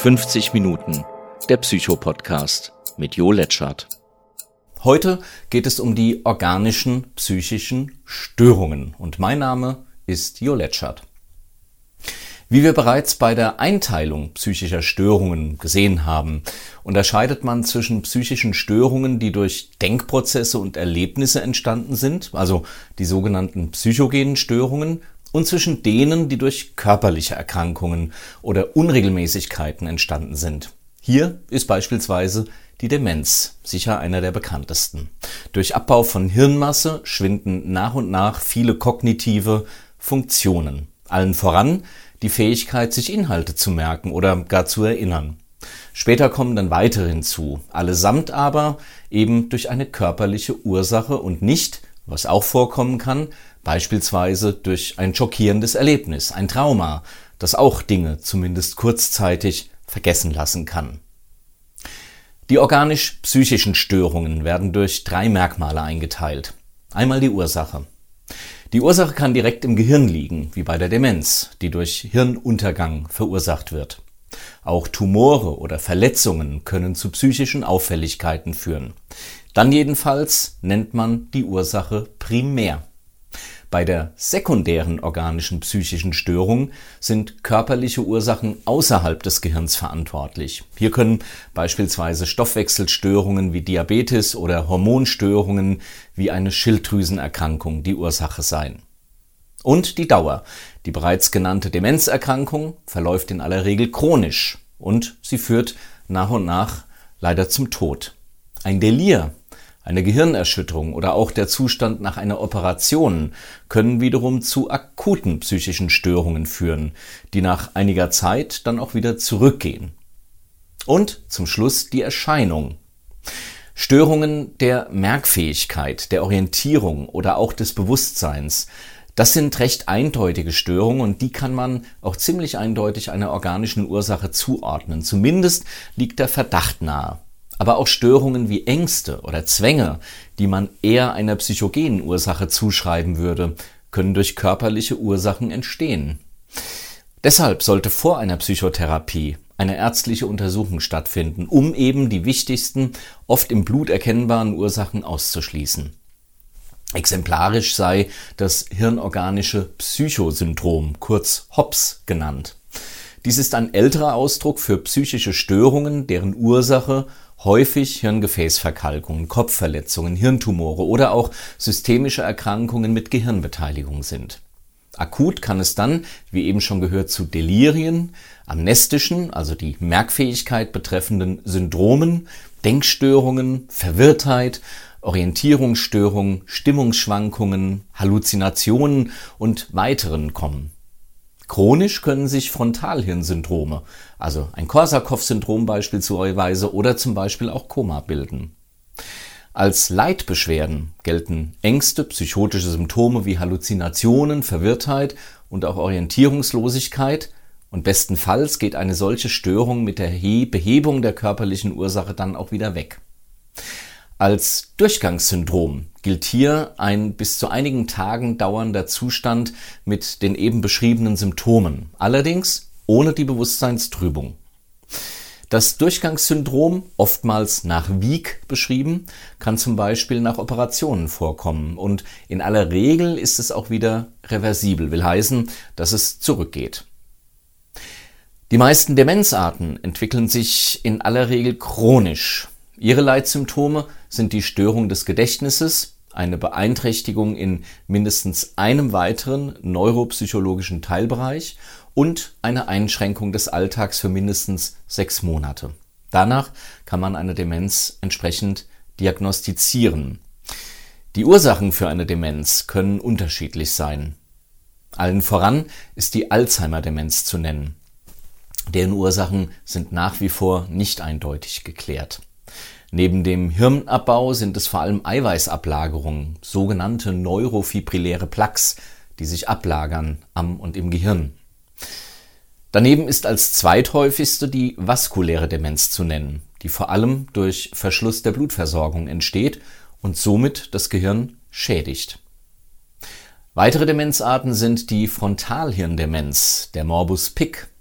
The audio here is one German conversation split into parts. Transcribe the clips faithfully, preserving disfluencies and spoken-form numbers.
fünfzig Minuten, der Psycho-Podcast mit Jo Letschert. Heute geht es um die organischen psychischen Störungen und mein Name ist Jo Letschert. Wie wir bereits bei der Einteilung psychischer Störungen gesehen haben, unterscheidet man zwischen psychischen Störungen, die durch Denkprozesse und Erlebnisse entstanden sind, also die sogenannten psychogenen Störungen, und zwischen denen, die durch körperliche Erkrankungen oder Unregelmäßigkeiten entstanden sind. Hier ist beispielsweise die Demenz sicher einer der bekanntesten. Durch Abbau von Hirnmasse schwinden nach und nach viele kognitive Funktionen. Allen voran die Fähigkeit, sich Inhalte zu merken oder gar zu erinnern. Später kommen dann weitere hinzu, allesamt aber eben durch eine körperliche Ursache und nicht, was auch vorkommen kann, beispielsweise durch ein schockierendes Erlebnis, ein Trauma, das auch Dinge zumindest kurzzeitig vergessen lassen kann. Die organisch-psychischen Störungen werden durch drei Merkmale eingeteilt. Einmal die Ursache. Die Ursache kann direkt im Gehirn liegen, wie bei der Demenz, die durch Hirnuntergang verursacht wird. Auch Tumore oder Verletzungen können zu psychischen Auffälligkeiten führen. Dann jedenfalls nennt man die Ursache primär. Bei der sekundären organischen psychischen Störung sind körperliche Ursachen außerhalb des Gehirns verantwortlich. Hier können beispielsweise Stoffwechselstörungen wie Diabetes oder Hormonstörungen wie eine Schilddrüsenerkrankung die Ursache sein. Und die Dauer. Die bereits genannte Demenzerkrankung verläuft in aller Regel chronisch und sie führt nach und nach leider zum Tod. Ein Delir, eine Gehirnerschütterung oder auch der Zustand nach einer Operation können wiederum zu akuten psychischen Störungen führen, die nach einiger Zeit dann auch wieder zurückgehen. Und zum Schluss die Erscheinung. Störungen der Merkfähigkeit, der Orientierung oder auch des Bewusstseins. Das sind recht eindeutige Störungen und die kann man auch ziemlich eindeutig einer organischen Ursache zuordnen. Zumindest liegt der Verdacht nahe. Aber auch Störungen wie Ängste oder Zwänge, die man eher einer psychogenen Ursache zuschreiben würde, können durch körperliche Ursachen entstehen. Deshalb sollte vor einer Psychotherapie eine ärztliche Untersuchung stattfinden, um eben die wichtigsten, oft im Blut erkennbaren Ursachen auszuschließen. Exemplarisch sei das hirnorganische Psychosyndrom, kurz H O P S genannt. Dies ist ein älterer Ausdruck für psychische Störungen, deren Ursache häufig Hirngefäßverkalkungen, Kopfverletzungen, Hirntumore oder auch systemische Erkrankungen mit Gehirnbeteiligung sind. Akut kann es dann, wie eben schon gehört, zu Delirien, amnestischen, also die Merkfähigkeit betreffenden Syndromen, Denkstörungen, Verwirrtheit, Orientierungsstörungen, Stimmungsschwankungen, Halluzinationen und weiteren kommen. Chronisch können sich Frontalhirnsyndrome, also ein Korsakow-Syndrom beispielsweise oder zum Beispiel auch Koma bilden. Als Leitbeschwerden gelten Ängste, psychotische Symptome wie Halluzinationen, Verwirrtheit und auch Orientierungslosigkeit und bestenfalls geht eine solche Störung mit der Behebung der körperlichen Ursache dann auch wieder weg. Als Durchgangssyndrom gilt hier ein bis zu einigen Tagen dauernder Zustand mit den eben beschriebenen Symptomen, allerdings ohne die Bewusstseinstrübung. Das Durchgangssyndrom, oftmals nach Wiek beschrieben, kann zum Beispiel nach Operationen vorkommen und in aller Regel ist es auch wieder reversibel, will heißen, dass es zurückgeht. Die meisten Demenzarten entwickeln sich in aller Regel chronisch. Ihre Leitsymptome sind die Störung des Gedächtnisses, eine Beeinträchtigung in mindestens einem weiteren neuropsychologischen Teilbereich und eine Einschränkung des Alltags für mindestens sechs Monate. Danach kann man eine Demenz entsprechend diagnostizieren. Die Ursachen für eine Demenz können unterschiedlich sein. Allen voran ist die Alzheimer-Demenz zu nennen. Deren Ursachen sind nach wie vor nicht eindeutig geklärt. Neben dem Hirnabbau sind es vor allem Eiweißablagerungen, sogenannte neurofibrilläre Plaques, die sich ablagern am und im Gehirn. Daneben ist als zweithäufigste die vaskuläre Demenz zu nennen, die vor allem durch Verschluss der Blutversorgung entsteht und somit das Gehirn schädigt. Weitere Demenzarten sind die Frontalhirndemenz, der Morbus Pick,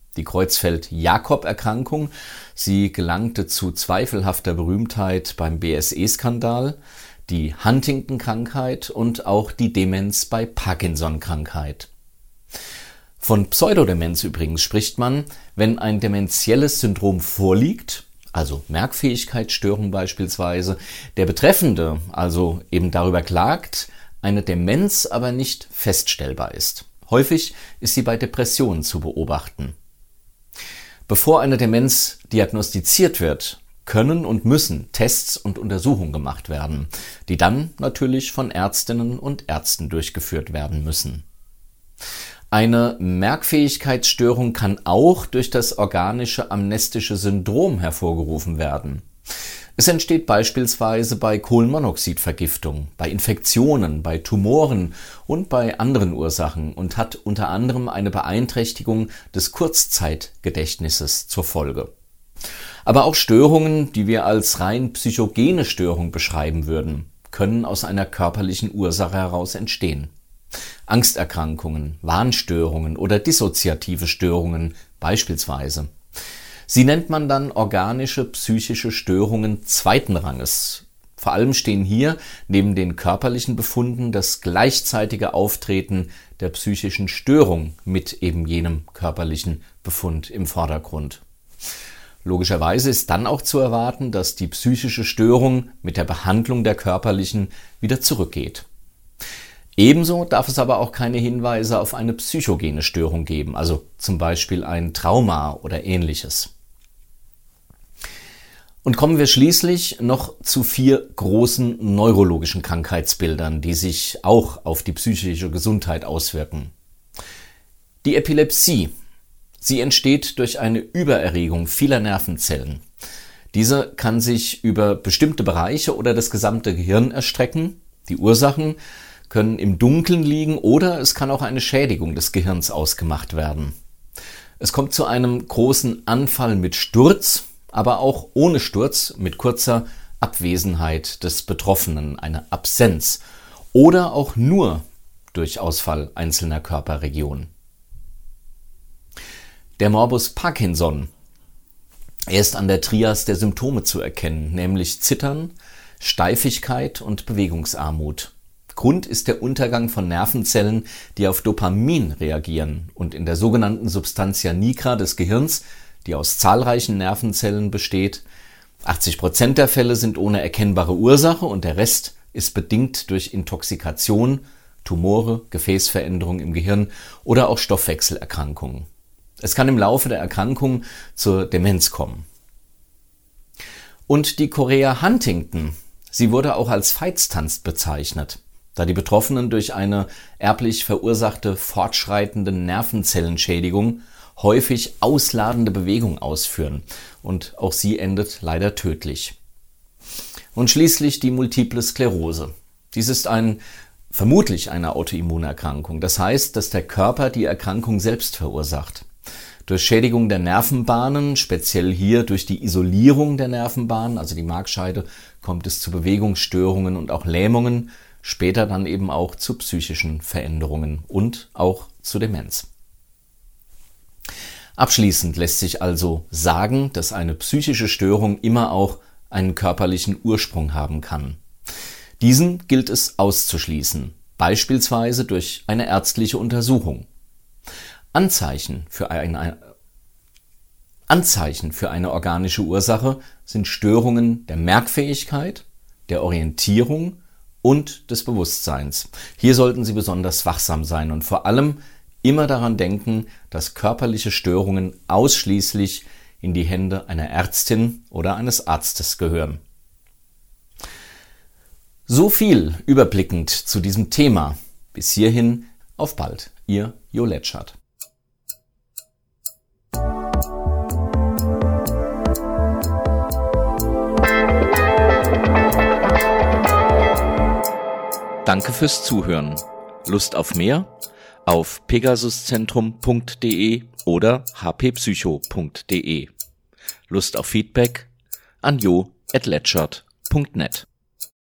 Die Creutzfeldt-Jakob-Erkrankung, sie gelangte zu zweifelhafter Berühmtheit beim B S E-Skandal, die Huntington-Krankheit und auch die Demenz bei Parkinson-Krankheit. Von Pseudodemenz übrigens spricht man, wenn ein dementielles Syndrom vorliegt, also Merkfähigkeitsstörung beispielsweise, der Betreffende also eben darüber klagt, eine Demenz aber nicht feststellbar ist. Häufig ist sie bei Depressionen zu beobachten. Bevor eine Demenz diagnostiziert wird, können und müssen Tests und Untersuchungen gemacht werden, die dann natürlich von Ärztinnen und Ärzten durchgeführt werden müssen. Eine Merkfähigkeitsstörung kann auch durch das organische amnestische Syndrom hervorgerufen werden. Es entsteht beispielsweise bei Kohlenmonoxidvergiftung, bei Infektionen, bei Tumoren und bei anderen Ursachen und hat unter anderem eine Beeinträchtigung des Kurzzeitgedächtnisses zur Folge. Aber auch Störungen, die wir als rein psychogene Störung beschreiben würden, können aus einer körperlichen Ursache heraus entstehen. Angsterkrankungen, Wahnstörungen oder dissoziative Störungen beispielsweise. Sie nennt man dann organische psychische Störungen zweiten Ranges. Vor allem stehen hier neben den körperlichen Befunden das gleichzeitige Auftreten der psychischen Störung mit eben jenem körperlichen Befund im Vordergrund. Logischerweise ist dann auch zu erwarten, dass die psychische Störung mit der Behandlung der körperlichen wieder zurückgeht. Ebenso darf es aber auch keine Hinweise auf eine psychogene Störung geben, also zum Beispiel ein Trauma oder ähnliches. Und kommen wir schließlich noch zu vier großen neurologischen Krankheitsbildern, die sich auch auf die psychische Gesundheit auswirken. Die Epilepsie. Sie entsteht durch eine Übererregung vieler Nervenzellen. Diese kann sich über bestimmte Bereiche oder das gesamte Gehirn erstrecken. Die Ursachen können im Dunkeln liegen oder es kann auch eine Schädigung des Gehirns ausgemacht werden. Es kommt zu einem großen Anfall mit Sturz, aber auch ohne Sturz mit kurzer Abwesenheit des Betroffenen, eine Absenz oder auch nur durch Ausfall einzelner Körperregionen. Der Morbus Parkinson, er ist an der Trias der Symptome zu erkennen, nämlich Zittern, Steifigkeit und Bewegungsarmut. Grund ist der Untergang von Nervenzellen, die auf Dopamin reagieren und in der sogenannten Substantia nigra des Gehirns, die aus zahlreichen Nervenzellen besteht. achtzig Prozent der Fälle sind ohne erkennbare Ursache und der Rest ist bedingt durch Intoxikation, Tumore, Gefäßveränderungen im Gehirn oder auch Stoffwechselerkrankungen. Es kann im Laufe der Erkrankung zur Demenz kommen. Und die Chorea Huntington, sie wurde auch als Veitstanz bezeichnet, da die Betroffenen durch eine erblich verursachte fortschreitende Nervenzellenschädigung häufig ausladende Bewegung ausführen und auch sie endet leider tödlich. Und schließlich die Multiple Sklerose. Dies ist ein, vermutlich eine Autoimmunerkrankung. Das heißt, dass der Körper die Erkrankung selbst verursacht. Durch Schädigung der Nervenbahnen, speziell hier durch die Isolierung der Nervenbahnen, also die Markscheide, kommt es zu Bewegungsstörungen und auch Lähmungen, später dann eben auch zu psychischen Veränderungen und auch zu Demenz. Abschließend lässt sich also sagen, dass eine psychische Störung immer auch einen körperlichen Ursprung haben kann. Diesen gilt es auszuschließen, beispielsweise durch eine ärztliche Untersuchung. Anzeichen für eine, Anzeichen für eine organische Ursache sind Störungen der Merkfähigkeit, der Orientierung und des Bewusstseins. Hier sollten Sie besonders wachsam sein und vor allem immer daran denken, dass körperliche Störungen ausschließlich in die Hände einer Ärztin oder eines Arztes gehören. So viel überblickend zu diesem Thema. Bis hierhin, auf bald. Ihr Jo Letschert. Danke fürs Zuhören. Lust auf mehr? Auf pegasuszentrum punkt de oder h p psycho punkt de. Lust auf Feedback? An jo at letschert punkt net.